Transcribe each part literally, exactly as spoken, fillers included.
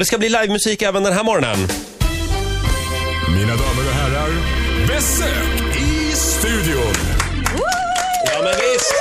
det ska bli livemusik även den här morgonen. Mina damer och herrar, besök i studion. Ja, men visst.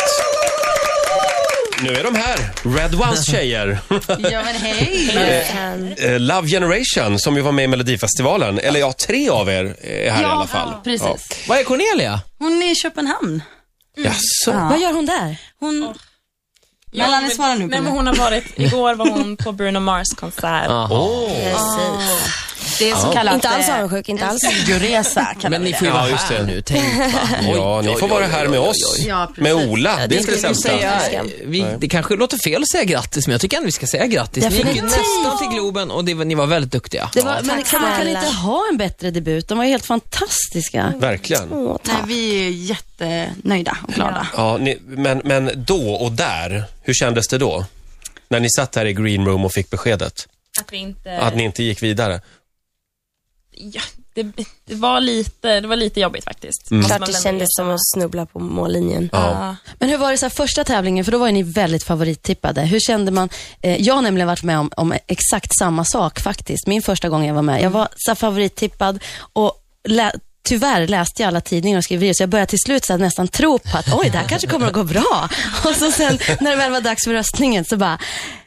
Nu är de här, Red Ones tjejer. Ja, men hej. eh, Love Generation, som ju var med i Melodifestivalen. Eller ja, tre av er är här ja, i alla fall. Precis. Ja. Vad är Cornelia? Hon är i Köpenhamn. Mm. Jaså? Ja. Vad gör hon där? Hon... Oh. Melanie ja, svarar nu på nej, men hon har varit, igår var hon på Bruno Mars konsert. Oh. Precis. Det är så kallat... Inte alls avundsjuk, inte alls. Studioresa. Men ni får ju vara ja, just här det. nu, tänk va? Ja, ni får vara här med oss. Ja, med Ola, det, det ska vi sämsta. Vi, det kanske låter fel att säga grattis, men jag tycker ändå vi ska säga grattis. Ni gick ju nästan till Globen och det var, ni var väldigt duktiga. Det var, ja, men kan man kan inte ha en bättre debut? De var ju helt fantastiska. Verkligen. Åh, Nej, vi är jättenöjda och glada. Ja, ni, men, men då och där, hur kändes det då? När ni satt här i green room och fick beskedet Att vi inte... att ni inte gick vidare. Ja, det, det var lite det var lite jobbigt faktiskt. Mm. Klart det kändes som att snubbla på mållinjen. Ja. Men hur var det så här, första tävlingen? För då var ju ni väldigt favorittippade. Hur kände man? Eh, jag har nämligen varit med om, om exakt samma sak faktiskt. Min första gång jag var med. Jag var så här favorittippad och lä- tyvärr läste jag alla tidningar och skriverier, så jag började till slut så att nästan tro på att oj, det här kanske kommer att gå bra. Och så sen när det väl var dags för röstningen så bara,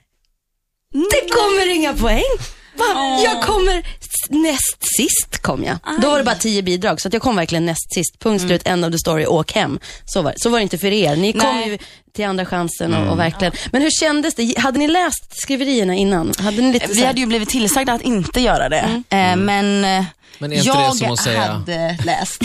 det kommer inga poäng. Va? Oh. Jag kommer näst sist kom jag. Aj. Då var det bara tio bidrag, så att jag kom verkligen näst sist. Punkt slut, mm. end of the story, åk hem. Så var, så var det inte för er. Ni kom Nej. ju till andra chansen och, mm. och verkligen. Men hur kändes det? Hade ni läst skriverierna innan? Hade ni lite Vi hade ju blivit tillsagda att inte göra det. Mm. Eh, men... Men är inte jag det som att säga... hade läst.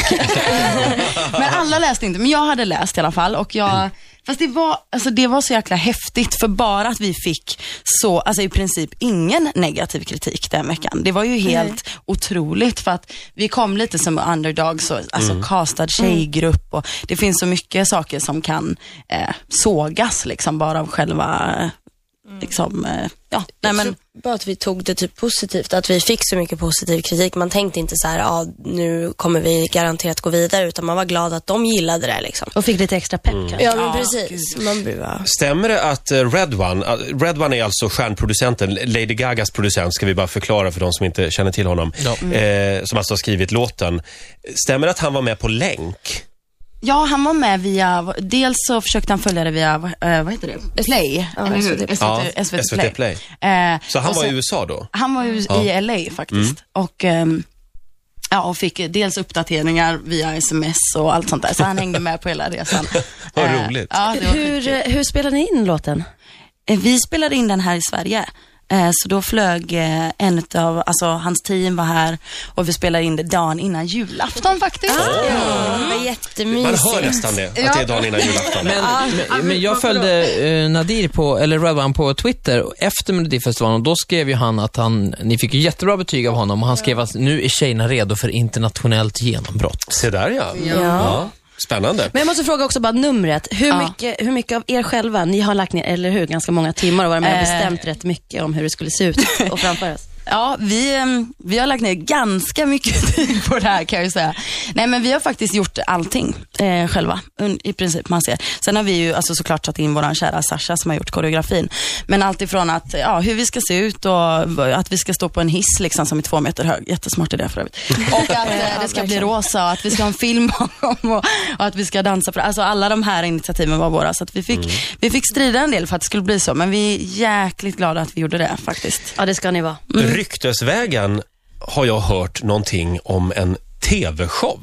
Men alla läste inte, men jag hade läst i alla fall. Och jag, mm. Fast det var, alltså det var så jäkla häftigt, för bara att vi fick så, alltså i princip ingen negativ kritik den veckan. Det var ju helt mm. otroligt, för att vi kom lite som underdogs, och, alltså mm. castad tjejgrupp, och det finns så mycket saker som kan eh, sågas liksom bara av själva... Liksom, ja, nej, men... bara att vi tog det typ positivt, att vi fick så mycket positiv kritik. Man tänkte inte så här, ja, nu kommer vi garanterat gå vidare, utan man var glad att de gillade det liksom. Och fick lite extra pepp mm. Ja, men ja, precis. Man blir... Stämmer det att Red One, Red One är alltså stjärnproducenten, Lady Gagas producent, ska vi bara förklara för de som inte känner till honom, ja. eh, som alltså har skrivit låten. Stämmer det att han var med på länk? Ja, han var med via, dels så försökte han följa det via, uh, vad heter det? Play, ja, eller hur? S V T, ja, S V T, S V T Play. Play. Uh, så han var så, i U S A då? Han var ju ja. i L A faktiskt. Mm. Och, um, ja, och fick dels uppdateringar via sms och allt sånt där. Så han hängde med på hela resan. Vad uh, roligt. Ja, det var hur, hur spelade ni in låten? Uh, vi spelade in den här i Sverige. Så då flög en av, alltså hans team var här och vi spelade in det dagen innan julafton faktiskt. Ah, ja, det var jättemysigt. Man hör nästan det, att det är dagen innan julafton. Men, men, men jag följde eh, Nadir på, eller Red One på Twitter efter Melodifestivalen, och då skrev ju han att han, ni fick ju jättebra betyg av honom, och han skrev att nu är tjejerna redo för internationellt genombrott. Se där ja. Ja. ja. Spännande. Men jag måste fråga också bara numret. Hur, ja. mycket, hur mycket av er själva, ni har lagt ner, eller hur, ganska många timmar och varit med och bestämt eh. rätt mycket om hur det skulle se ut och framföras? Ja, vi, vi har lagt ner ganska mycket tid på det här, kan jag ju säga. Nej, men vi har faktiskt gjort allting eh, själva, i princip, man ser. Sen har vi ju alltså såklart satt in våran kära Sasha som har gjort koreografin. Men allt ifrån att, ja, hur vi ska se ut och att vi ska stå på en hiss liksom som är två meter hög. Jättesmart idé för övrigt. Och att eh, det ska bli rosa och att vi ska ha en film om och, och att vi ska dansa för. Alltså alla de här initiativen var våra, så att vi fick, mm. vi fick strida en del för att det skulle bli så. Men vi är jäkligt glada att vi gjorde det faktiskt. Ja, det ska ni vara. Mm. Ryktesvägen har jag hört någonting om en tv-show.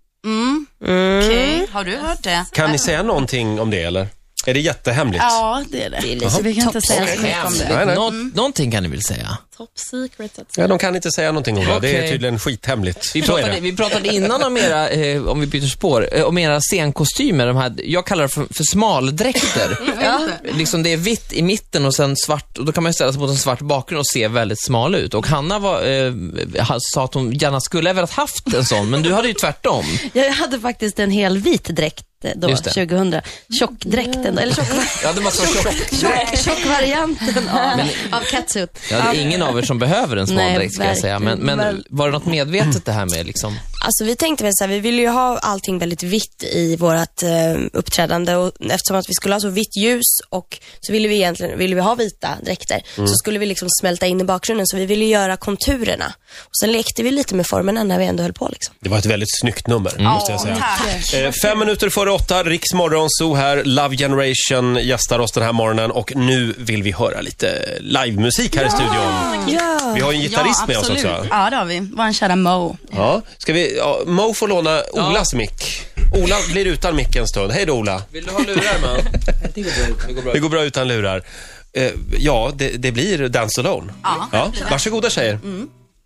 Mm. Mm. Okej, okay. Har du hört det? Kan ni säga någonting om det, eller? Är det jättehemligt? Ja, det är det. Det är lite, vi kan inte säga så mycket om det. Nej, nej. Nå- någonting kan ni väl säga? Top secret. Ja, de kan inte säga någonting om det. Okay. Det är tydligen skithemligt. Vi pratade, vi pratade innan om era, eh, om vi byter spår, eh, om era scenkostymer. De här, jag kallar det för, för smaldräkter. Ja. Liksom det är vitt i mitten och sen svart, och då kan man ställa sig mot en svart bakgrund och se väldigt smal ut. Och Hanna var, eh, sa att hon gärna skulle ha velat haft en sån, men du hade ju tvärtom. Jag hade faktiskt en hel vit dräkt då, tjugohundra. Tjockdräkten, eller tjock... Ja, det var så tjock. Tjock, tjockvarianten av, av catsuit. Ja, det är ingen av er som behöver en smaldräkt, ska jag säga. Men, men var det något medvetet det här med liksom? Alltså vi tänkte väl så här, vi ville ju ha allting väldigt vitt i vårat eh, uppträdande, och eftersom att vi skulle ha så vitt ljus och så ville vi egentligen ville vi ha vita dräkter, mm. så skulle vi liksom smälta in i bakgrunden, så vi ville göra konturerna. Och sen lekte vi lite med formerna när vi ändå höll på liksom. Det var ett väldigt snyggt nummer, mm. måste jag säga. Eh, fem minuter före åtta, Riks Morgonzoo här, Love Generation gästar oss den här morgonen, och nu vill vi höra lite livemusik här ja. i studion. Ja. Vi har ju en gitarrist ja, med oss också. Ja, det har vi. Vår kära Mo. Ja, ska vi, ja, Mo får låna Olas ja. mick. Ola blir utan mick en stund. Hej då, Ola. Vill du ha lurar, man? Det går bra, det går bra. Det går bra utan lurar. Eh, ja, det, det blir Dance Alone. Ja, ja. Varsågoda tjejer. Mm.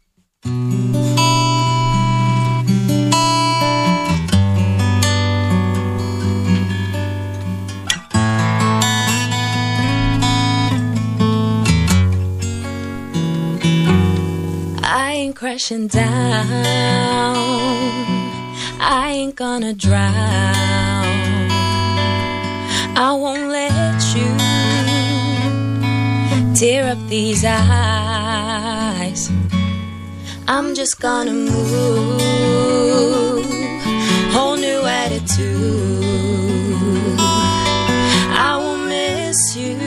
I ain't crashing down, I ain't gonna drown, I won't let you tear up these eyes. I'm just gonna move, whole new attitude. I will miss you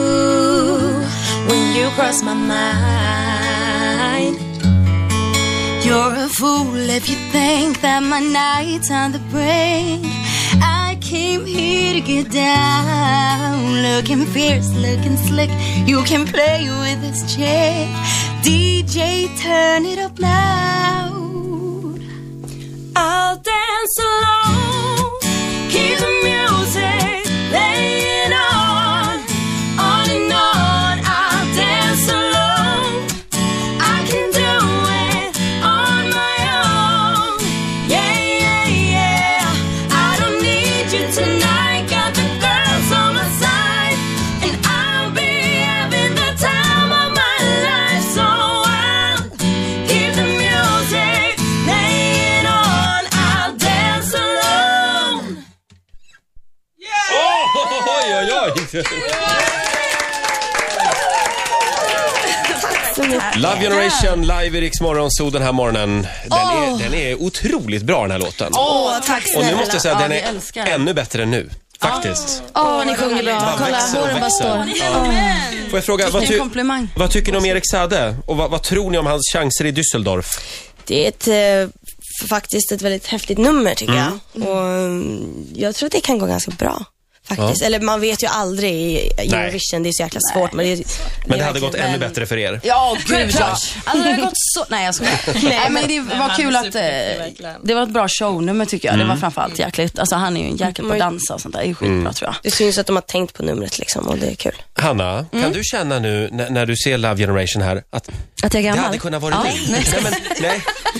when you cross my mind. You're a fool if you think that my night's on the break. I came here to get down, looking fierce, looking slick. You can play with this chick. D J, turn it up loud. I'll dance alone, keep the music playing on, on and on. I'll dance alone, I can do it on my own. Yeah, yeah, yeah, I don't need you tonight. Got the girls on my side, and I'll be having the time of my life. So I'll keep the music playing on, I'll dance alone. Oh, oj, oj, oj. Love Generation live i Riks Morgonzoo den här morgonen. Den, oh. är, den är otroligt bra, den här låten. Åh, oh, tack snälla. Och nu måste jag säga att ja, den är ännu bättre nu. Faktiskt. Åh, oh, ni sjunger bra. Kolla, håren bara står. Ja. Får jag fråga, vad, ty komplimang. vad tycker ni om Erik Saade? Och vad, vad tror ni om hans chanser i Düsseldorf? Det är ett, eh, faktiskt ett väldigt häftigt nummer tycker mm. jag. Och mm, jag tror att det kan gå ganska bra. Faktiskt. Ja. Eller man vet ju aldrig i Eurovision, det är så jäkla svårt. Men det, det, men det hade gått ännu bättre för er. Ja, gud ja. Alltså det har gått så... Nej, jag skojar. Nej, men det var Nej, kul att... Det var ett bra shownummer tycker jag. Mm. Det var framförallt jäkligt. Alltså han är ju en jäkel på att dansa och sånt där. Det är skitbra mm. tror jag. Det syns att de har tänkt på numret liksom, och det är kul. Hanna, mm. kan du känna nu när, när du ser Love Generation här att, att jag är gammal? Det hade kunnat vara ja. dig? Nej, men, nej.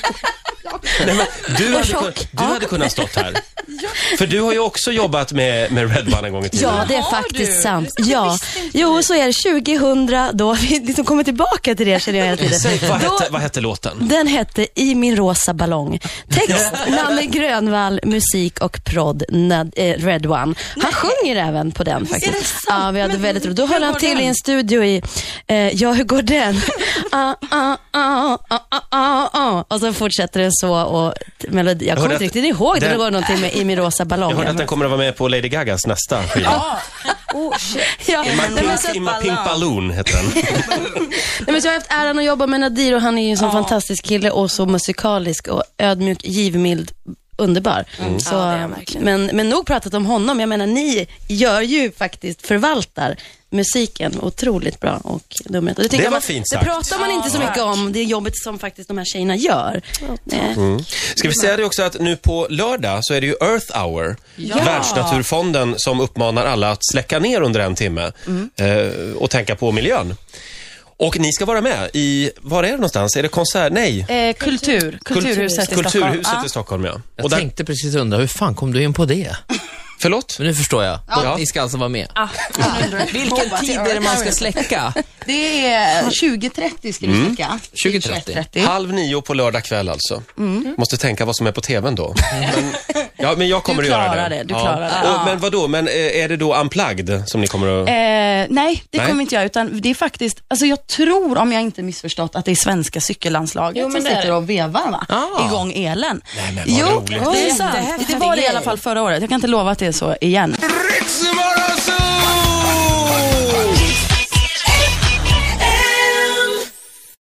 Nej, men du hade, kun, du ja. hade kunnat stått här. Ja. För du har ju också jobbat med, med Red One en gång i tiden. Ja, det är faktiskt sant. Ja. Jo, så är det tjugohundra då vi liksom kommer tillbaka till det, känner jag hela tiden. Säg, vad, då, hette, vad hette låten? Den hette I min rosa ballong. Text, Nanne Grönvall, musik och prodd, nad, eh, Red One. Han sjunger även på den faktiskt. Ja, vi hade men, väldigt roligt. Då höll han till den? i en studio i eh, ja, hur går den? ah, ah, ah, ah, ah, ah. Och så fortsätter det så. Och melodi, jag, jag kommer inte riktigt ihåg den, det går någonting med I min rosa ballong. Jag hörde att den kommer att vara med på Lady Gagas nästa skiva. Ja. Oh, shit. Ja, Imma Pink, Imma Pink Balloon heter den. Nej, men så har jag haft äran att jobba med Nadir, och han är ju en sån ja. fantastisk kille och så musikalisk och ödmjuk, givmild, underbar. Mm. Så, ja, men, men nog pratat om honom. Jag menar, ni gör ju faktiskt, förvaltar musiken otroligt bra och numret. Och det, det var man, fint sagt. Det pratar man inte så mycket om, det jobbet som faktiskt de här tjejerna gör. Mm. Ska vi säga det också att nu på lördag så är det ju Earth Hour, ja. Världsnaturfonden, som uppmanar alla att släcka ner under en timme mm. eh, och tänka på miljön. Och ni ska vara med i, var är det någonstans? Är det konsert? Nej. Eh, kultur. Kulturhuset i Stockholm. Kulturhuset i Stockholm, ja. Jag och där... tänkte precis undra, hur fan kom du in på det? Förlåt? Men nu förstår jag. Ja. Ni ska alltså vara med. Ah. Vilken tid är det man ska släcka? Det är tjugo trettio ska du sticka. tjugo trettio. Halv nio på lördag kväll alltså. Mm. Måste tänka vad som är på tvn då. Men, ja, men jag kommer Du att göra klarar det. det, du klarar det. Och, Ja. men vadå, men eh, är det då unplugged som ni kommer att... Eh, nej, det Nej. kommer inte jag, utan det är faktiskt, alltså jag tror, om jag inte missförstått, att det är svenska cykellandslaget Jo, men som det är sitter det. och vevar va? Ah. Igång elen. Nej, men vad jo, roligt. det är sant. Det var det i alla fall förra året. Jag kan inte lova att det är så igen. Riks